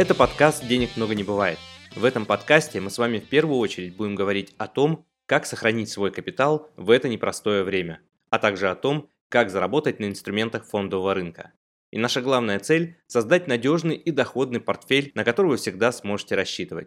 Это подкаст «Денег много не бывает». В этом подкасте мы с вами в первую очередь будем говорить о том, как сохранить свой капитал в это непростое время, а также о том, как заработать на инструментах фондового рынка. И наша главная цель – создать надежный и доходный портфель, на который вы всегда сможете рассчитывать.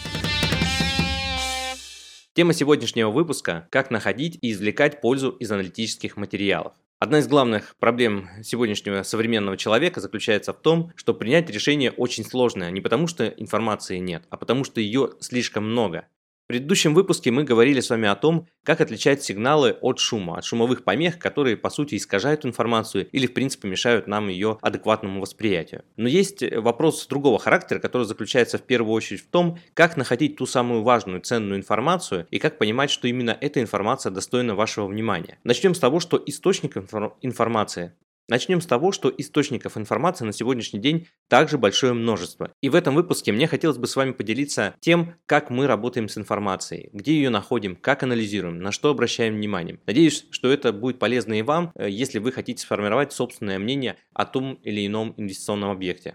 Тема сегодняшнего выпуска – как находить и извлекать пользу из аналитических материалов. Одна из главных проблем сегодняшнего современного человека заключается в том, что принять решение очень сложно, не потому что информации нет, а потому что ее слишком много. В предыдущем выпуске мы говорили с вами о том, как отличать сигналы от шума, от шумовых помех, которые по сути искажают информацию или в принципе мешают нам ее адекватному восприятию. Но есть вопрос другого характера, который заключается в первую очередь в том, как находить ту самую важную, ценную информацию и как понимать, что именно эта информация достойна вашего внимания. Начнем с того, что источников информации на сегодняшний день также большое множество. И в этом выпуске мне хотелось бы с вами поделиться тем, как мы работаем с информацией, где ее находим, как анализируем, на что обращаем внимание. Надеюсь, что это будет полезно и вам, если вы хотите сформировать собственное мнение о том или ином инвестиционном объекте.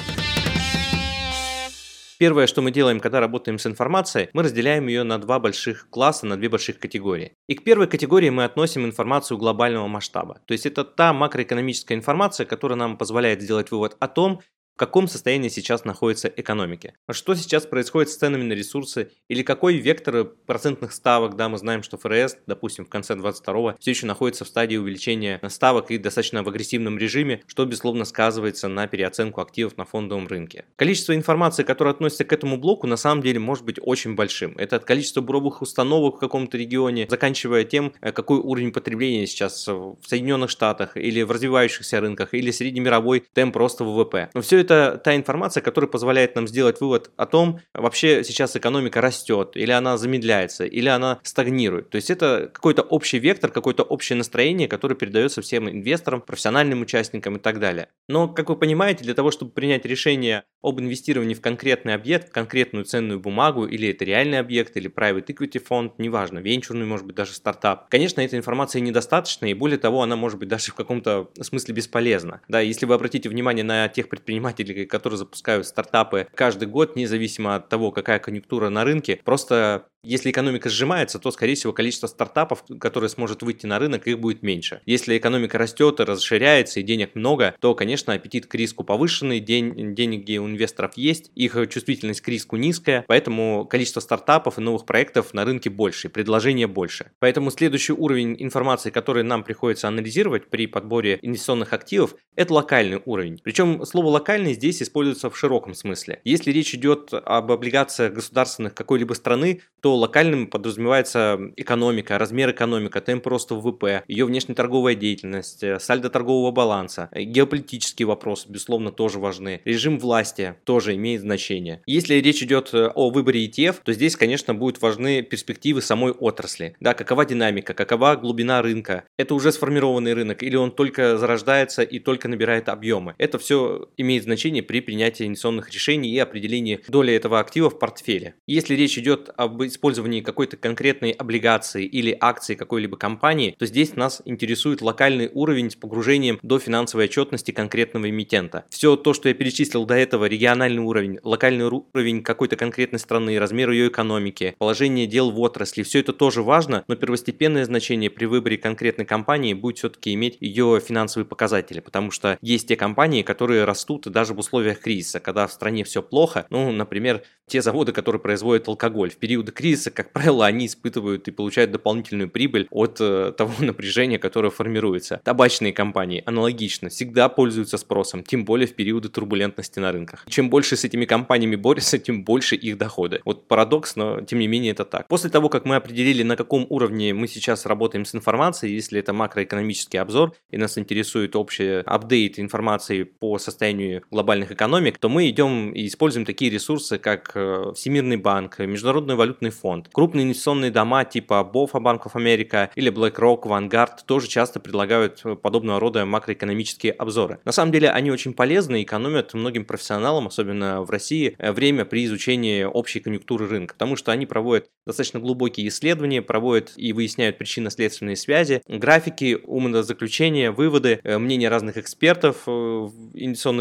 Первое, что мы делаем, когда работаем с информацией, мы разделяем ее на два больших класса, на две больших категории. И к первой категории мы относим информацию глобального масштаба. То есть это та макроэкономическая информация, которая нам позволяет сделать вывод о том, в каком состоянии сейчас находится экономика. Что сейчас происходит с ценами на ресурсы или какой вектор процентных ставок. Да, мы знаем, что ФРС, допустим, в конце 2022 все еще находится в стадии увеличения ставок и достаточно в агрессивном режиме, что, безусловно, сказывается на переоценку активов на фондовом рынке. Количество информации, которое относится к этому блоку, на самом деле может быть очень большим. Это от количества буровых установок в каком-то регионе, заканчивая тем, какой уровень потребления сейчас в Соединенных Штатах или в развивающихся рынках, или среднемировой темп роста ВВП. Но все это та информация, которая позволяет нам сделать вывод о том, вообще сейчас экономика растет, или она замедляется, или она стагнирует. То есть это какой-то общий вектор, какое-то общее настроение, которое передается всем инвесторам, профессиональным участникам и так далее. Но, как вы понимаете, для того, чтобы принять решение об инвестировании в конкретный объект, в конкретную ценную бумагу, или это реальный объект, или private equity фонд, неважно, венчурный, может быть, даже стартап, конечно, этой информации недостаточно, и более того, она может быть даже в каком-то смысле бесполезна. Да, если вы обратите внимание на тех предпринимателей, которые запускают стартапы каждый год, независимо от того, какая конъюнктура на рынке, просто если экономика сжимается, то, скорее всего, количество стартапов, которые сможет выйти на рынок, их будет меньше. Если экономика растет и расширяется, и денег много, то, конечно, аппетит к риску повышенный, деньги у инвесторов есть, их чувствительность к риску низкая, поэтому количество стартапов и новых проектов на рынке больше, предложения больше. Поэтому следующий уровень информации, который нам приходится анализировать при подборе инвестиционных активов, это локальный уровень. Причем слово «локальный» здесь используется в широком смысле. Если речь идет об облигациях государственных какой-либо страны, то локальным подразумевается экономика, размер экономики, темп роста ВВП, ее внешнеторговая деятельность, сальдо торгового баланса, геополитические вопросы, безусловно, тоже важны. Режим власти тоже имеет значение. Если речь идет о выборе ETF, то здесь, конечно, будут важны перспективы самой отрасли. Да, какова динамика, какова глубина рынка. Это уже сформированный рынок или он только зарождается и только набирает объемы. Это все имеет значение при принятии инвестиционных решений и определении доли этого актива в портфеле. Если речь идет об использовании какой-то конкретной облигации или акции какой-либо компании, то здесь нас интересует локальный уровень с погружением до финансовой отчетности конкретного эмитента. Все то, что я перечислил до этого, региональный уровень, локальный уровень какой-то конкретной страны, размер ее экономики, положение дел в отрасли, все это тоже важно, но первостепенное значение при выборе конкретной компании будет все-таки иметь ее финансовые показатели, потому что есть те компании, которые растут даже в условиях кризиса, когда в стране все плохо, например, те заводы, которые производят алкоголь. В периоды кризиса, как правило, они испытывают и получают дополнительную прибыль от того напряжения, которое формируется. Табачные компании аналогично всегда пользуются спросом, тем более в периоды турбулентности на рынках. Чем больше с этими компаниями борются, тем больше их доходы. Вот парадокс, но тем не менее это так. После того, как мы определили, на каком уровне мы сейчас работаем с информацией, если это макроэкономический обзор и нас интересует общий апдейт информации по состоянию глобальных экономик, то мы идем и используем такие ресурсы, как Всемирный банк, Международный валютный фонд, крупные инвестиционные дома типа BofA Bank of America или BlackRock, Vanguard тоже часто предлагают подобного рода макроэкономические обзоры. На самом деле они очень полезны и экономят многим профессионалам, особенно в России, время при изучении общей конъюнктуры рынка, потому что они проводят достаточно глубокие исследования, проводят и выясняют причинно-следственные связи, графики, умозаключения, выводы, мнения разных экспертов в инвестиционных управлениях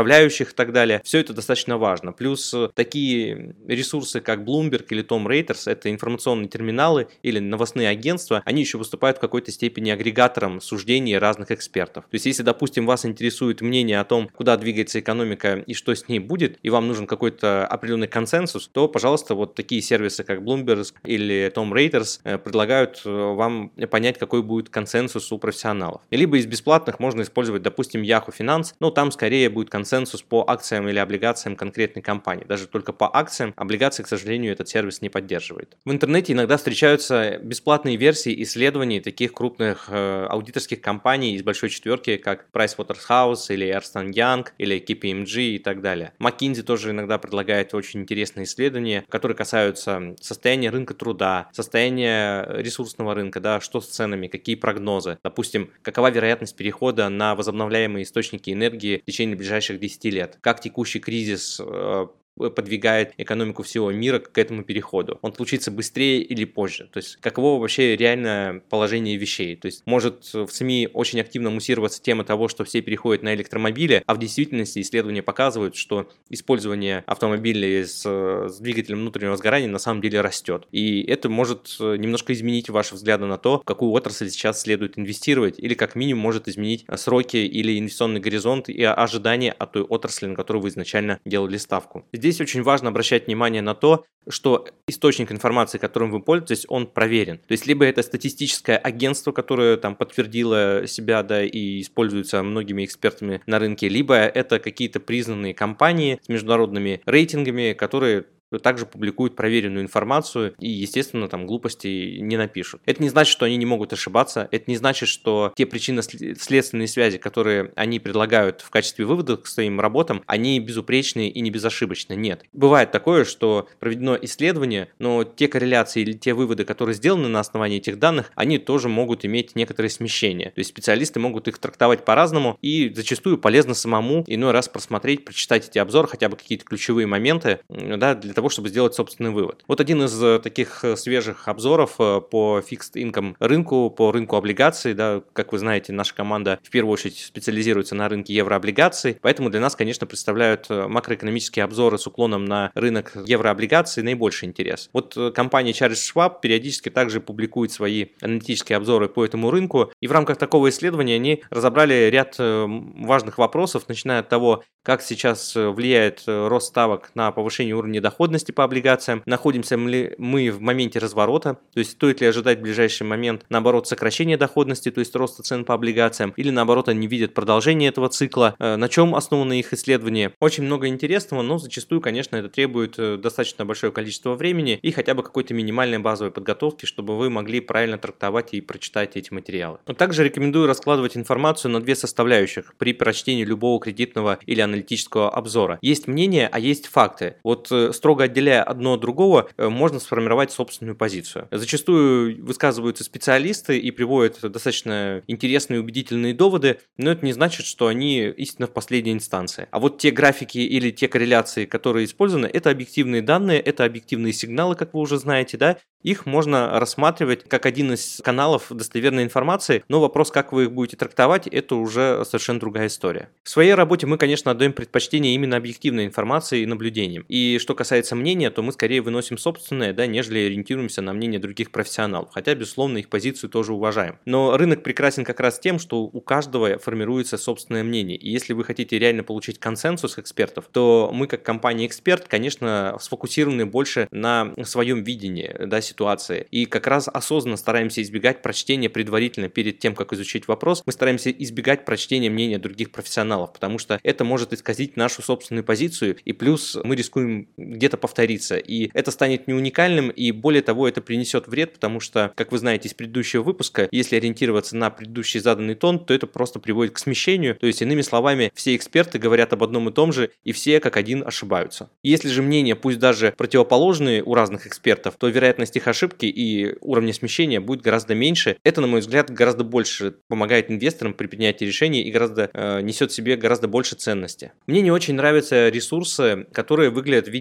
управляющих и так далее. Все это достаточно важно. Плюс такие ресурсы, как Bloomberg или Tom Reuters, это информационные терминалы или новостные агентства, они еще выступают в какой-то степени агрегатором суждений разных экспертов. То есть, если, допустим, вас интересует мнение о том, куда двигается экономика и что с ней будет, и вам нужен какой-то определенный консенсус, то, пожалуйста, вот такие сервисы, как Bloomberg или Tom Reuters, предлагают вам понять, какой будет консенсус у профессионалов. Либо из бесплатных можно использовать, допустим, Yahoo Finance, но там скорее будет консенсус по акциям или облигациям конкретной компании. Даже только по акциям, облигации, к сожалению, этот сервис не поддерживает. В интернете иногда встречаются бесплатные версии исследований таких крупных аудиторских компаний из большой четверки, как PricewaterhouseCoopers или Ernst Young или KPMG и так далее. McKinsey тоже иногда предлагает очень интересные исследования, которые касаются состояния рынка труда, состояния ресурсного рынка, да, что с ценами, какие прогнозы. Допустим, какова вероятность перехода на возобновляемые источники энергии в течение ближайших 10 лет, как текущий кризис подвигает экономику всего мира к этому переходу. Он случится быстрее или позже. То есть, каково вообще реальное положение вещей. То есть, может в СМИ очень активно муссироваться тема того, что все переходят на электромобили, а в действительности исследования показывают, что использование автомобилей с двигателем внутреннего сгорания на самом деле растет. И это может немножко изменить ваши взгляды на то, в какую отрасль сейчас следует инвестировать, или как минимум может изменить сроки или инвестиционный горизонт и ожидания от той отрасли, на которую вы изначально делали ставку. Здесь очень важно обращать внимание на то, что источник информации, которым вы пользуетесь, он проверен. То есть, либо это статистическое агентство, которое там подтвердило себя, да, и используется многими экспертами на рынке, либо это какие-то признанные компании с международными рейтингами, которые также публикуют проверенную информацию и, естественно, там глупостей не напишут. Это не значит, что они не могут ошибаться, это не значит, что те причинно-следственные связи, которые они предлагают в качестве вывода к своим работам, они безупречные и не безошибочны. Нет. Бывает такое, что проведено исследование, но те корреляции или те выводы, которые сделаны на основании этих данных, они тоже могут иметь некоторые смещения. То есть специалисты могут их трактовать по-разному, и зачастую полезно самому иной раз просмотреть, прочитать эти обзоры, хотя бы какие-то ключевые моменты, да, для того, чтобы сделать собственный вывод. Вот один из таких свежих обзоров по fixed income рынку, по рынку облигаций, да, как вы знаете, наша команда в первую очередь специализируется на рынке еврооблигаций, поэтому для нас, конечно, представляют макроэкономические обзоры с уклоном на рынок еврооблигаций наибольший интерес. Вот компания Charles Schwab периодически также публикует свои аналитические обзоры по этому рынку, и в рамках такого исследования они разобрали ряд важных вопросов, начиная от того, как сейчас влияет рост ставок на повышение уровня доходности по облигациям, находимся ли мы в моменте разворота, то есть стоит ли ожидать в ближайший момент, наоборот, сокращения доходности, то есть роста цен по облигациям, или наоборот, они видят продолжение этого цикла, на чем основаны их исследования. Очень много интересного, но зачастую, конечно, это требует достаточно большое количество времени и хотя бы какой-то минимальной базовой подготовки, чтобы вы могли правильно трактовать и прочитать эти материалы. Но также рекомендую раскладывать информацию на две составляющих при прочтении любого кредитного или аналитического обзора. Есть мнение, а есть факты. Вот строго отделяя одно от другого, можно сформировать собственную позицию. Зачастую высказываются специалисты и приводят достаточно интересные и убедительные доводы, но это не значит, что они истинно в последней инстанции. А вот те графики или те корреляции, которые использованы, это объективные данные, это объективные сигналы, как вы уже знаете, да, их можно рассматривать как один из каналов достоверной информации, но вопрос, как вы их будете трактовать, это уже совершенно другая история. В своей работе мы, конечно, отдаем предпочтение именно объективной информации и наблюдениям. И что касается мнения, то мы скорее выносим собственное, да, нежели ориентируемся на мнение других профессионалов, хотя, безусловно, их позицию тоже уважаем. Но рынок прекрасен как раз тем, что у каждого формируется собственное мнение, и если вы хотите реально получить консенсус экспертов, то мы, как компания-эксперт, конечно, сфокусированы больше на своем видении, да, ситуации, и как раз осознанно стараемся избегать прочтения предварительно перед тем, как изучить вопрос, мы стараемся избегать прочтения мнения других профессионалов, потому что это может исказить нашу собственную позицию, и плюс мы рискуем где-то повториться, и это станет не уникальным, и более того, это принесет вред, потому что, как вы знаете из предыдущего выпуска, если ориентироваться на предыдущий заданный тон, то это просто приводит к смещению, то есть, иными словами, все эксперты говорят об одном и том же, и все как один ошибаются. Если же мнения, пусть даже противоположные у разных экспертов, то вероятность их ошибки и уровня смещения будет гораздо меньше. Это, на мой взгляд, гораздо больше помогает инвесторам при принятии решений и несет в себе гораздо больше ценности. Мне не очень нравятся ресурсы, которые выглядят в виде форумов.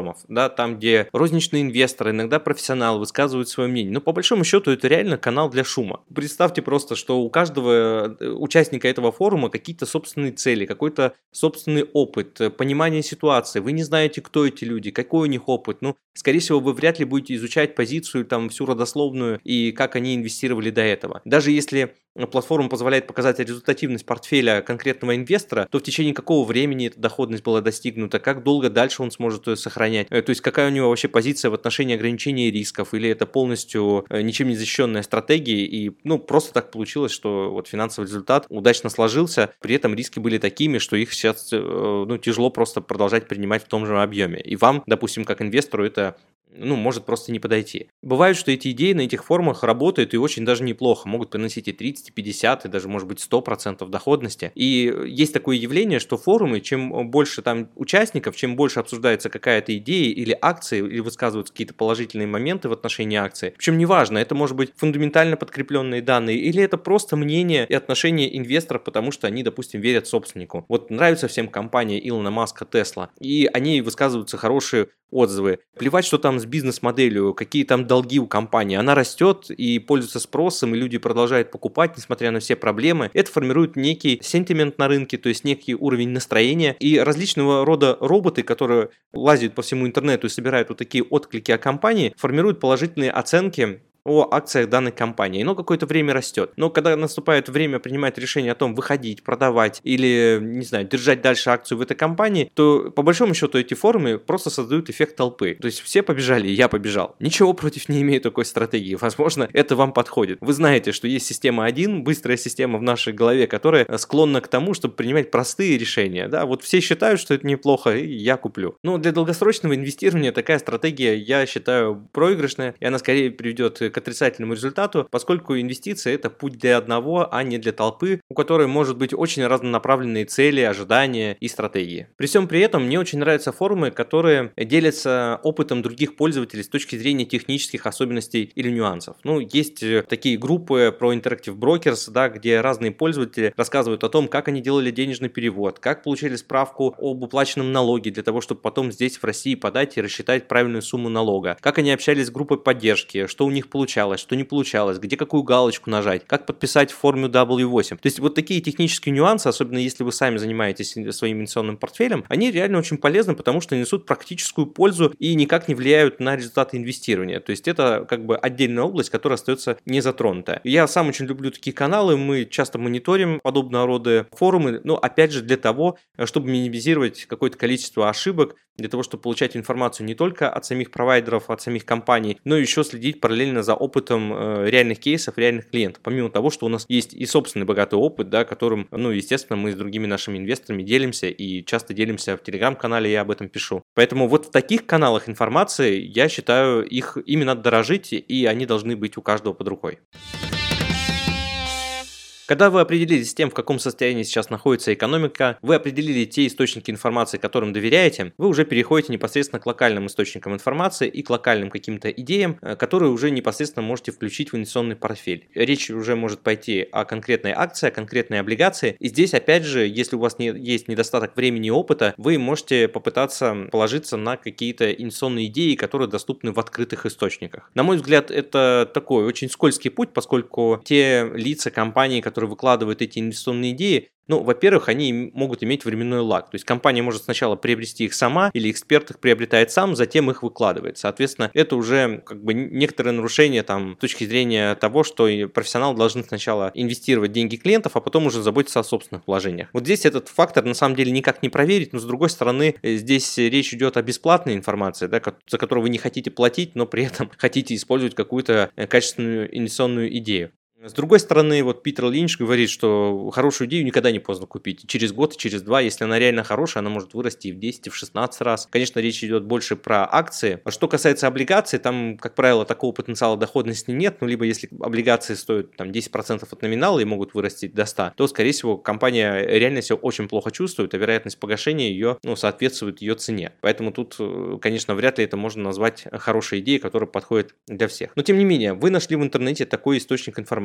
форумов, да, там, где розничные инвесторы, иногда профессионалы высказывают свое мнение. Но по большому счету это реально канал для шума. Представьте просто, что у каждого участника этого форума какие-то собственные цели, какой-то собственный опыт, понимание ситуации. Вы не знаете, кто эти люди, какой у них опыт. Ну, скорее всего, вы вряд ли будете изучать позицию, там, всю родословную и как они инвестировали до этого. Даже если платформа позволяет показать результативность портфеля конкретного инвестора, то в течение какого времени эта доходность была достигнута, как долго дальше он сможет ее сохранять, то есть какая у него вообще позиция в отношении ограничения рисков, или это полностью ничем не защищенная стратегия, и просто так получилось, что вот финансовый результат удачно сложился, при этом риски были такими, что их сейчас тяжело просто продолжать принимать в том же объеме. И вам, допустим, как инвестору это может просто не подойти. Бывает, что эти идеи на этих форумах работают и очень даже неплохо, могут приносить и 30, и 50, и даже, может быть, 100% доходности. И есть такое явление, что форумы, чем больше там участников, чем больше обсуждается какая-то идея или акции, или высказываются какие-то положительные моменты в отношении акции. Причем неважно, это может быть фундаментально подкрепленные данные, или это просто мнение и отношение инвесторов, потому что они, допустим, верят собственнику. Вот нравится всем компания Илона Маска, Tesla, и они высказываются хорошие отзывы. Плевать, что там с бизнес-моделью, какие там долги у компании. Она растет и пользуется спросом, и люди продолжают покупать, несмотря на все проблемы. Это формирует некий сентимент на рынке, то есть некий уровень настроения. И различного рода роботы, которые лазят по всему интернету и собирают вот такие отклики о компании, формируют положительные оценки о акциях данной компании. Но какое-то время растет. Но когда наступает время принимать решение о том, выходить, продавать или, не знаю, держать дальше акцию в этой компании, то по большому счету эти форумы просто создают эффект толпы. То есть все побежали, и я побежал. Ничего против не имею такой стратегии. Возможно, это вам подходит. Вы знаете, что есть система 1, быстрая система в нашей голове, которая склонна к тому, чтобы принимать простые решения. Да, вот все считают, что это неплохо, и я куплю. Но для долгосрочного инвестирования такая стратегия, я считаю, проигрышная, и она скорее приведет к отрицательному результату, поскольку инвестиция – это путь для одного, а не для толпы, у которой может быть очень разнонаправленные цели, ожидания и стратегии. При всем при этом мне очень нравятся форумы, которые делятся опытом других пользователей с точки зрения технических особенностей или нюансов. Есть такие группы про Interactive Brokers, да, где разные пользователи рассказывают о том, как они делали денежный перевод, как получили справку об уплаченном налоге для того, чтобы потом здесь в России подать и рассчитать правильную сумму налога, как они общались с группой поддержки, что у них получалось, что не получалось, где какую галочку нажать, как подписать форму W8. То есть вот такие технические нюансы, особенно если вы сами занимаетесь своим инвестиционным портфелем, они реально очень полезны, потому что несут практическую пользу и никак не влияют на результаты инвестирования. То есть это как бы отдельная область, которая остается не затронутая. Я сам очень люблю такие каналы, мы часто мониторим подобного рода форумы, но опять же для того, чтобы минимизировать какое-то количество ошибок, для того, чтобы получать информацию не только от самих провайдеров, от самих компаний, но еще следить параллельно за опытом реальных кейсов, реальных клиентов. Помимо того, что у нас есть и собственный богатый опыт, да, которым, естественно, мы с другими нашими инвесторами делимся и часто делимся в телеграм-канале, я об этом пишу. Поэтому вот в таких каналах информации, я считаю, их ими надо дорожить, и они должны быть у каждого под рукой. Когда вы определились с тем, в каком состоянии сейчас находится экономика, вы определили те источники информации, которым доверяете, вы уже переходите непосредственно к локальным источникам информации и к локальным каким-то идеям, которые уже непосредственно можете включить в инвестиционный портфель. Речь уже может пойти о конкретной акции, о конкретной облигации. И здесь, опять же, если у вас есть недостаток времени и опыта, вы можете попытаться положиться на какие-то инвестиционные идеи, которые доступны в открытых источниках. На мой взгляд, это такой очень скользкий путь, поскольку те лица, компании, которые выкладывают эти инвестиционные идеи, во-первых, они могут иметь временной лаг. То есть компания может сначала приобрести их сама, или эксперт их приобретает сам, затем их выкладывает. Соответственно, это уже как бы некоторое нарушение с точки зрения того, что профессионалы должны сначала инвестировать деньги клиентов, а потом уже заботиться о собственных вложениях. Вот здесь этот фактор на самом деле никак не проверить, но с другой стороны, здесь речь идет о бесплатной информации, да, за которую вы не хотите платить, но при этом хотите использовать какую-то качественную инвестиционную идею. С другой стороны, вот Питер Линч говорит, что хорошую идею никогда не поздно купить. Через год, через два, если она реально хорошая, она может вырасти и в 10, и в 16 раз. Конечно, речь идет больше про акции. Что касается облигаций, там, как правило, такого потенциала доходности нет. Либо если облигации стоят 10% от номинала и могут вырасти до 100, то, скорее всего, компания реально себя очень плохо чувствует, а вероятность погашения ее соответствует ее цене. Поэтому тут, конечно, вряд ли это можно назвать хорошей идеей, которая подходит для всех. Но, тем не менее, вы нашли в интернете такой источник информации.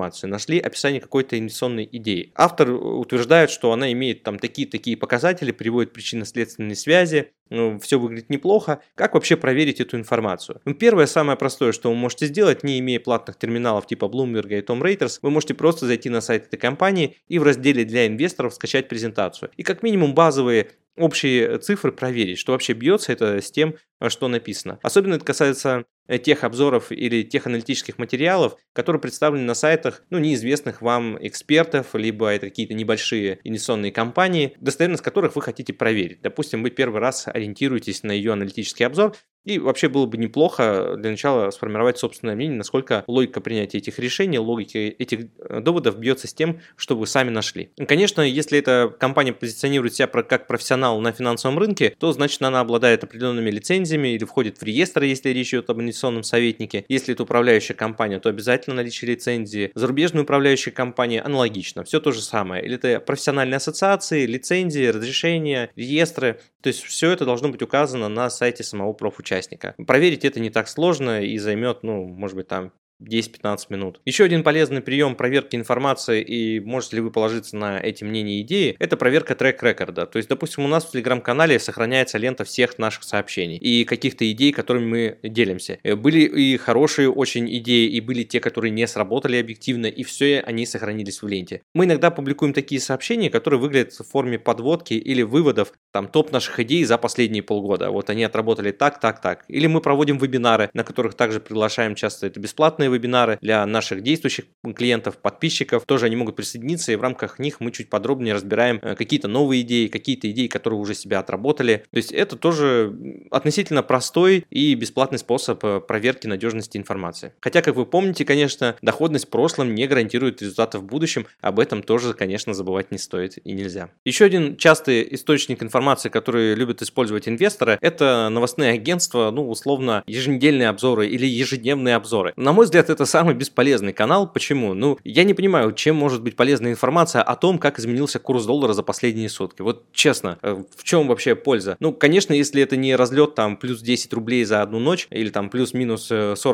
информацию, нашли описание какой-то инвестиционной идеи. Автор утверждает, что она имеет там такие показатели, приводит причинно-следственные связи, все выглядит неплохо. Как вообще проверить эту информацию? Первое, самое простое, что вы можете сделать, не имея платных терминалов типа Bloomberg и Tom Reuters, вы можете просто зайти на сайт этой компании и в разделе для инвесторов скачать презентацию. И как минимум базовые общие цифры проверить, что вообще бьется это с тем, что написано. Особенно это касается тех обзоров или тех аналитических материалов, которые представлены на сайтах неизвестных вам экспертов, либо это какие-то небольшие инвестиционные компании, достоверность которых вы хотите проверить. Допустим, вы первый раз ориентируетесь на ее аналитический обзор, и вообще было бы неплохо для начала сформировать собственное мнение, насколько логика принятия этих решений, логика этих доводов бьется с тем, что вы сами нашли. Конечно, если эта компания позиционирует себя как профессионал на финансовом рынке, то значит она обладает определенными лицензиями или входит в реестр, если речь идет об инвестиционном советнике. Если это управляющая компания, то обязательно наличие лицензии. Зарубежные управляющие компании аналогично, все то же самое. Или это профессиональные ассоциации, лицензии, разрешения, реестры. То есть все это должно быть указано на сайте самого профучастника. Проверить это не так сложно и займет, может быть, там 10-15 минут. Еще один полезный прием проверки информации, и можете ли вы положиться на эти мнения и идеи, это проверка трек-рекорда. То есть, допустим, у нас в Телеграм-канале сохраняется лента всех наших сообщений и каких-то идей, которыми мы делимся. Были и хорошие очень идеи, и были те, которые не сработали объективно, и все они сохранились в ленте. Мы иногда публикуем такие сообщения, которые выглядят в форме подводки или выводов, там, топ наших идей за последние полгода. Вот они отработали так, так, так. Или мы проводим вебинары, на которых также приглашаем, часто это бесплатные вебинары для наших действующих клиентов, подписчиков. Тоже они могут присоединиться, и в рамках них мы чуть подробнее разбираем какие-то новые идеи, какие-то идеи, которые уже себя отработали. То есть это тоже относительно простой и бесплатный способ проверки надежности информации. Хотя, как вы помните, конечно, доходность в прошлом не гарантирует результатов в будущем. Об этом тоже, конечно, забывать не стоит и нельзя. Еще один частый источник информации, который любят использовать инвесторы, это новостные агентства, условно, еженедельные обзоры или ежедневные обзоры. На мой взгляд, это самый бесполезный канал. Почему? Я не понимаю, чем может быть полезная информация о том, как изменился курс доллара за последние сутки. Вот честно, в чем вообще польза? Конечно, если это не разлет там плюс 10 рублей за одну ночь или там плюс-минус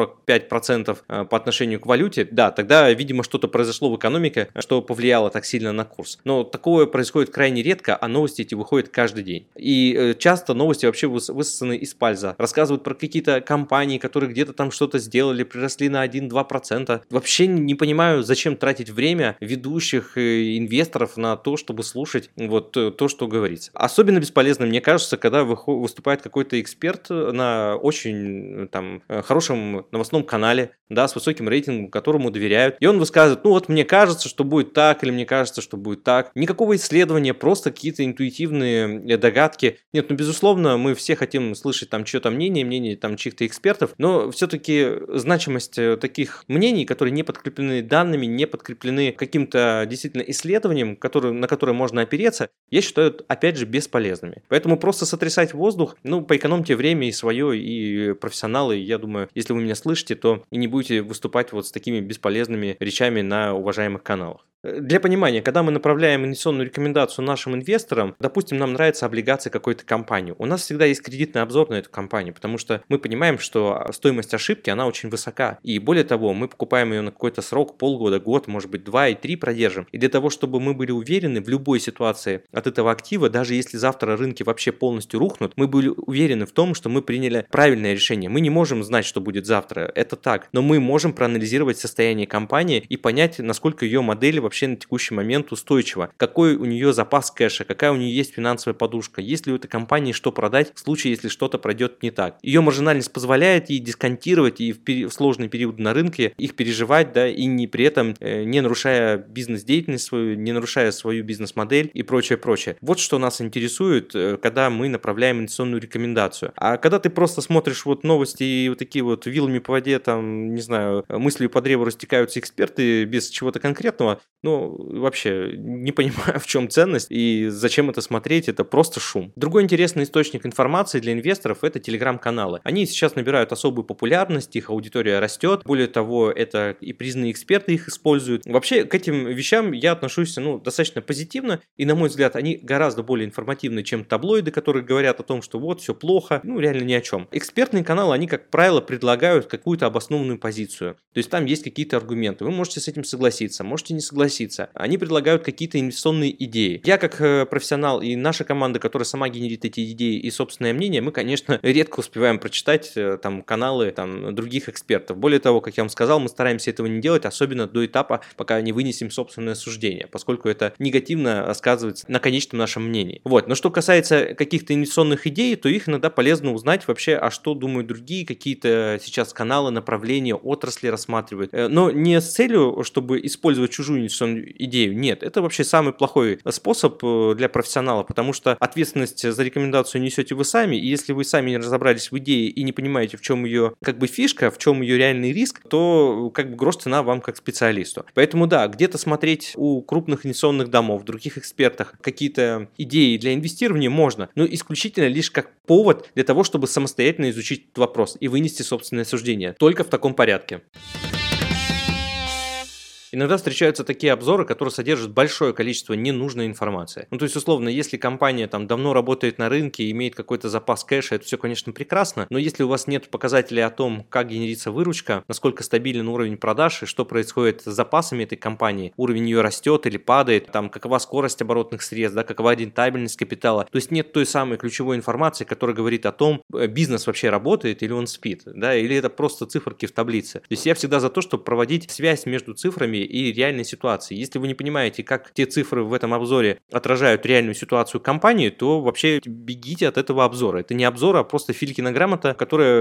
45% по отношению к валюте, да, тогда, видимо, что-то произошло в экономике, что повлияло так сильно на курс. Но такое происходит крайне редко, а новости эти выходят каждый день. И часто новости вообще высосаны из пальца. Рассказывают про какие-то компании, которые где-то там что-то сделали, приросли на 1-2%. Вообще не понимаю, зачем тратить время ведущих инвесторов на то, чтобы слушать вот то, что говорится. Особенно бесполезно, мне кажется, когда выступает какой-то эксперт на очень хорошем новостном канале, да, с высоким рейтингом, которому доверяют, и он высказывает, мне кажется, что будет так, или мне кажется, что будет так. Никакого исследования, просто какие-то интуитивные догадки. Нет, безусловно, мы все хотим слышать там чье-то мнение там чьих-то экспертов, но все-таки значимость таких мнений, которые не подкреплены данными, не подкреплены каким-то действительно исследованием, на которое можно опереться, я считаю, опять же, бесполезными. Поэтому просто сотрясать воздух, поэкономьте время и свое, и профессионалы, я думаю, если вы меня слышите, то и не будете выступать вот с такими бесполезными речами на уважаемых каналах. Для понимания, когда мы направляем инвестиционную рекомендацию нашим инвесторам, допустим, нам нравится облигация какой-то компании, у нас всегда есть кредитный обзор на эту компанию, потому что мы понимаем, что стоимость ошибки, она очень высока. И более того, мы покупаем ее на какой-то срок, полгода, год, может быть, 2 и 3 продержим. И для того, чтобы мы были уверены в любой ситуации от этого актива, даже если завтра рынки вообще полностью рухнут, мы были уверены в том, что мы приняли правильное решение. Мы не можем знать, что будет завтра, это так, но мы можем проанализировать состояние компании и понять, насколько ее модель вообще на текущий момент устойчива, какой у нее запас кэша, какая у нее есть финансовая подушка, есть ли у этой компании что продать в случае, если что-то пройдет не так. Ее маржинальность позволяет ей дисконтировать и в сложный период на рынке их переживать, да, и при этом не нарушая бизнес-деятельность свою, не нарушая свою бизнес-модель и прочее. Вот что нас интересует, когда мы направляем инвестиционную рекомендацию. А когда ты просто смотришь вот новости и вот такие вот вилами по воде, там, не знаю, мыслью по древу растекаются эксперты без чего-то конкретного, Ну, вообще, не понимаю, в чем ценность и зачем это смотреть, это просто шум. Другой интересный источник информации для инвесторов – это телеграм-каналы. Они сейчас набирают особую популярность, их аудитория растет. Более того, это и признанные эксперты их используют. Вообще, к этим вещам я отношусь достаточно позитивно, и, на мой взгляд, они гораздо более информативны, чем таблоиды, которые говорят о том, что вот, все плохо, реально ни о чем. Экспертные каналы, они, как правило, предлагают какую-то обоснованную позицию. То есть там есть какие-то аргументы. Вы можете с этим согласиться, можете не согласиться. Они предлагают какие-то инвестиционные идеи. Я как профессионал и наша команда, которая сама генерит эти идеи и собственное мнение, мы, конечно, редко успеваем прочитать каналы других экспертов. Более того, как я вам сказал, мы стараемся этого не делать, особенно до этапа, пока не вынесем собственное суждение, поскольку это негативно сказывается на конечном нашем мнении. Но что касается каких-то инвестиционных идей, то их иногда полезно узнать вообще, а что думают другие, какие-то сейчас каналы, направления, отрасли рассматривают. Но не с целью, чтобы использовать чужую инвестиционную идею. Нет, это вообще самый плохой способ для профессионала, потому что ответственность за рекомендацию несете вы сами, и если вы сами не разобрались в идее и не понимаете, в чем ее фишка, в чем ее реальный риск, то грош цена вам как специалисту. Поэтому да, где-то смотреть у крупных инвестиционных домов, других экспертах какие-то идеи для инвестирования можно, но исключительно лишь как повод для того, чтобы самостоятельно изучить этот вопрос и вынести собственное суждение. Только в таком порядке. Иногда встречаются такие обзоры, которые содержат большое количество ненужной информации. То есть, условно, если компания давно работает на рынке и имеет какой-то запас кэша, это все, конечно, прекрасно, но если у вас нет показателей о том, как генерится выручка, насколько стабилен уровень продаж и что происходит с запасами этой компании, уровень ее растет или падает, какова скорость оборотных средств, какова рентабельность капитала, то есть нет той самой ключевой информации, которая говорит о том, бизнес вообще работает или он спит, или это просто циферки в таблице. То есть я всегда за то, чтобы проводить связь между цифрами и реальной ситуации. Если вы не понимаете, как те цифры в этом обзоре отражают реальную ситуацию компании, то вообще бегите от этого обзора. Это не обзор, а просто Филькина грамота,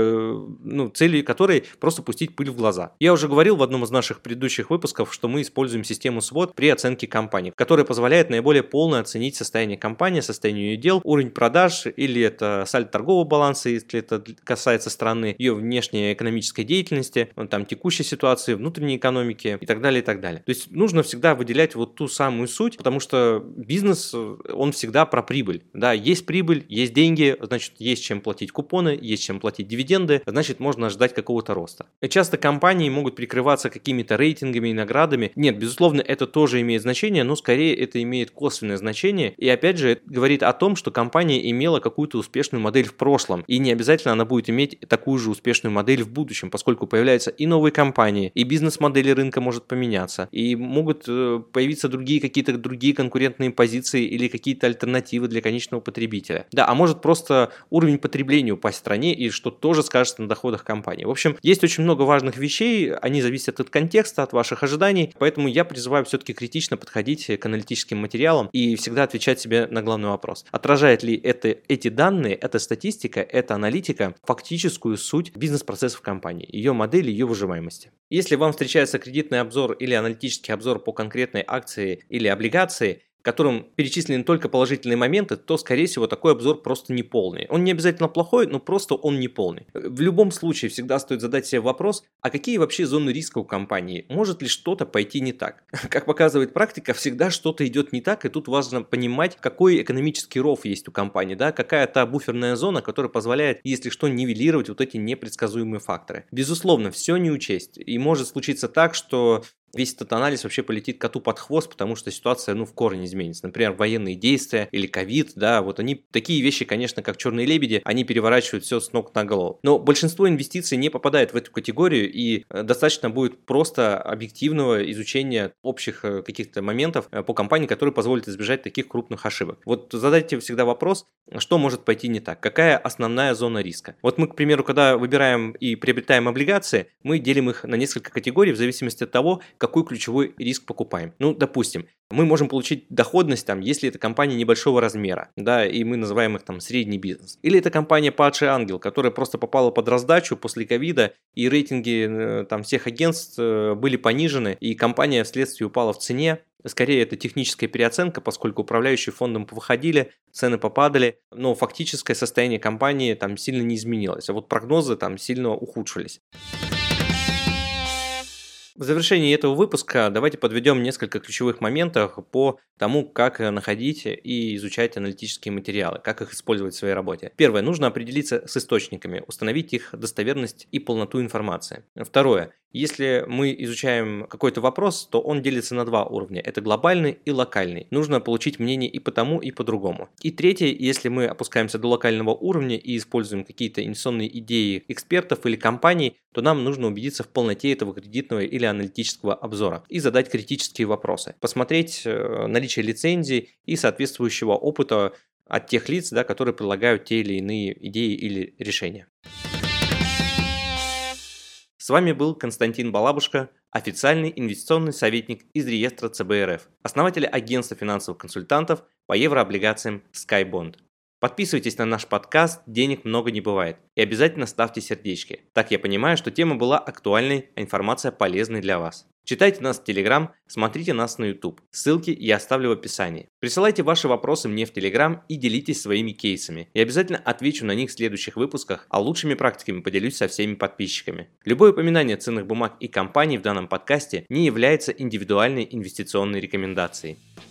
целью которой просто пустить пыль в глаза. Я уже говорил в одном из наших предыдущих выпусков, что мы используем систему SWOT при оценке компании, которая позволяет наиболее полно оценить состояние компании, состояние ее дел, уровень продаж, или это сальдо торгового баланса, если это касается страны, ее внешней экономической деятельности, текущей ситуации, внутренней экономики и так далее, и так далее. То есть нужно всегда выделять ту самую суть, потому что бизнес, он всегда про прибыль. Есть прибыль, есть деньги, значит, есть чем платить купоны, есть чем платить дивиденды, значит, можно ждать какого-то роста. И часто компании могут прикрываться какими-то рейтингами и наградами. Нет, безусловно, это тоже имеет значение, но скорее это имеет косвенное значение. И опять же, это говорит о том, что компания имела какую-то успешную модель в прошлом. И не обязательно она будет иметь такую же успешную модель в будущем, поскольку появляются и новые компании, и бизнес-модели рынка может поменяться. И могут появиться какие-то другие конкурентные позиции или какие-то альтернативы для конечного потребителя. А может просто уровень потребления упасть в стране, и что тоже скажется на доходах компании. В общем, есть очень много важных вещей, они зависят от контекста, от ваших ожиданий, поэтому я призываю все-таки критично подходить к аналитическим материалам и всегда отвечать себе на главный вопрос. Отражает ли эти данные, эта статистика, эта аналитика фактическую суть бизнес-процессов компании, ее модели, ее выживаемости. Если вам встречается кредитный обзор или аналитический обзор по конкретной акции или облигации, в котором перечислены только положительные моменты, то, скорее всего, такой обзор просто неполный. Он не обязательно плохой, но просто он неполный. В любом случае, всегда стоит задать себе вопрос, а какие вообще зоны риска у компании? Может ли что-то пойти не так? Как показывает практика, всегда что-то идет не так, и тут важно понимать, какой экономический ров есть у компании, какая та буферная зона, которая позволяет, если что, нивелировать эти непредсказуемые факторы. Безусловно, все не учесть, и может случиться так, что весь этот анализ вообще полетит коту под хвост, потому что ситуация, в корне изменится. Например, военные действия или ковид, они такие вещи, конечно, как черные лебеди, они переворачивают все с ног на голову. Но большинство инвестиций не попадает в эту категорию, и достаточно будет просто объективного изучения общих каких-то моментов по компании, которые позволят избежать таких крупных ошибок. Задайте всегда вопрос, что может пойти не так, какая основная зона риска. Мы, к примеру, когда выбираем и приобретаем облигации, мы делим их на несколько категорий в зависимости от того, какой ключевой риск покупаем. Допустим, мы можем получить доходность, если это компания небольшого размера, и мы называем их средний бизнес. Или это компания падший ангел, которая просто попала под раздачу после ковида, и рейтинги всех агентств были понижены, и компания вследствие упала в цене. Скорее, это техническая переоценка, поскольку управляющие фондом повыходили, цены попадали, но фактическое состояние компании сильно не изменилось, а прогнозы сильно ухудшились. В завершении этого выпуска давайте подведем несколько ключевых моментов по тому, как находить и изучать аналитические материалы, как их использовать в своей работе. Первое. Нужно определиться с источниками, установить их достоверность и полноту информации. Второе. Если мы изучаем какой-то вопрос, то он делится на два уровня. Это глобальный и локальный. Нужно получить мнение и по тому, и по другому. И третье. Если мы опускаемся до локального уровня и используем какие-то инвестиционные идеи экспертов или компаний, то нам нужно убедиться в полноте этого кредитного или аналитического обзора и задать критические вопросы. Посмотреть наличие лицензий и соответствующего опыта от тех лиц, которые предлагают те или иные идеи или решения. С вами был Константин Балабушка, официальный инвестиционный советник из реестра ЦБ РФ, основатель агентства финансовых консультантов по еврооблигациям SkyBond. Подписывайтесь на наш подкаст «Денег много не бывает» и обязательно ставьте сердечки. Так я понимаю, что тема была актуальной, а информация полезной для вас. Читайте нас в Telegram, смотрите нас на YouTube. Ссылки я оставлю в описании. Присылайте ваши вопросы мне в Telegram и делитесь своими кейсами. Я обязательно отвечу на них в следующих выпусках, а лучшими практиками поделюсь со всеми подписчиками. Любое упоминание ценных бумаг и компаний в данном подкасте не является индивидуальной инвестиционной рекомендацией.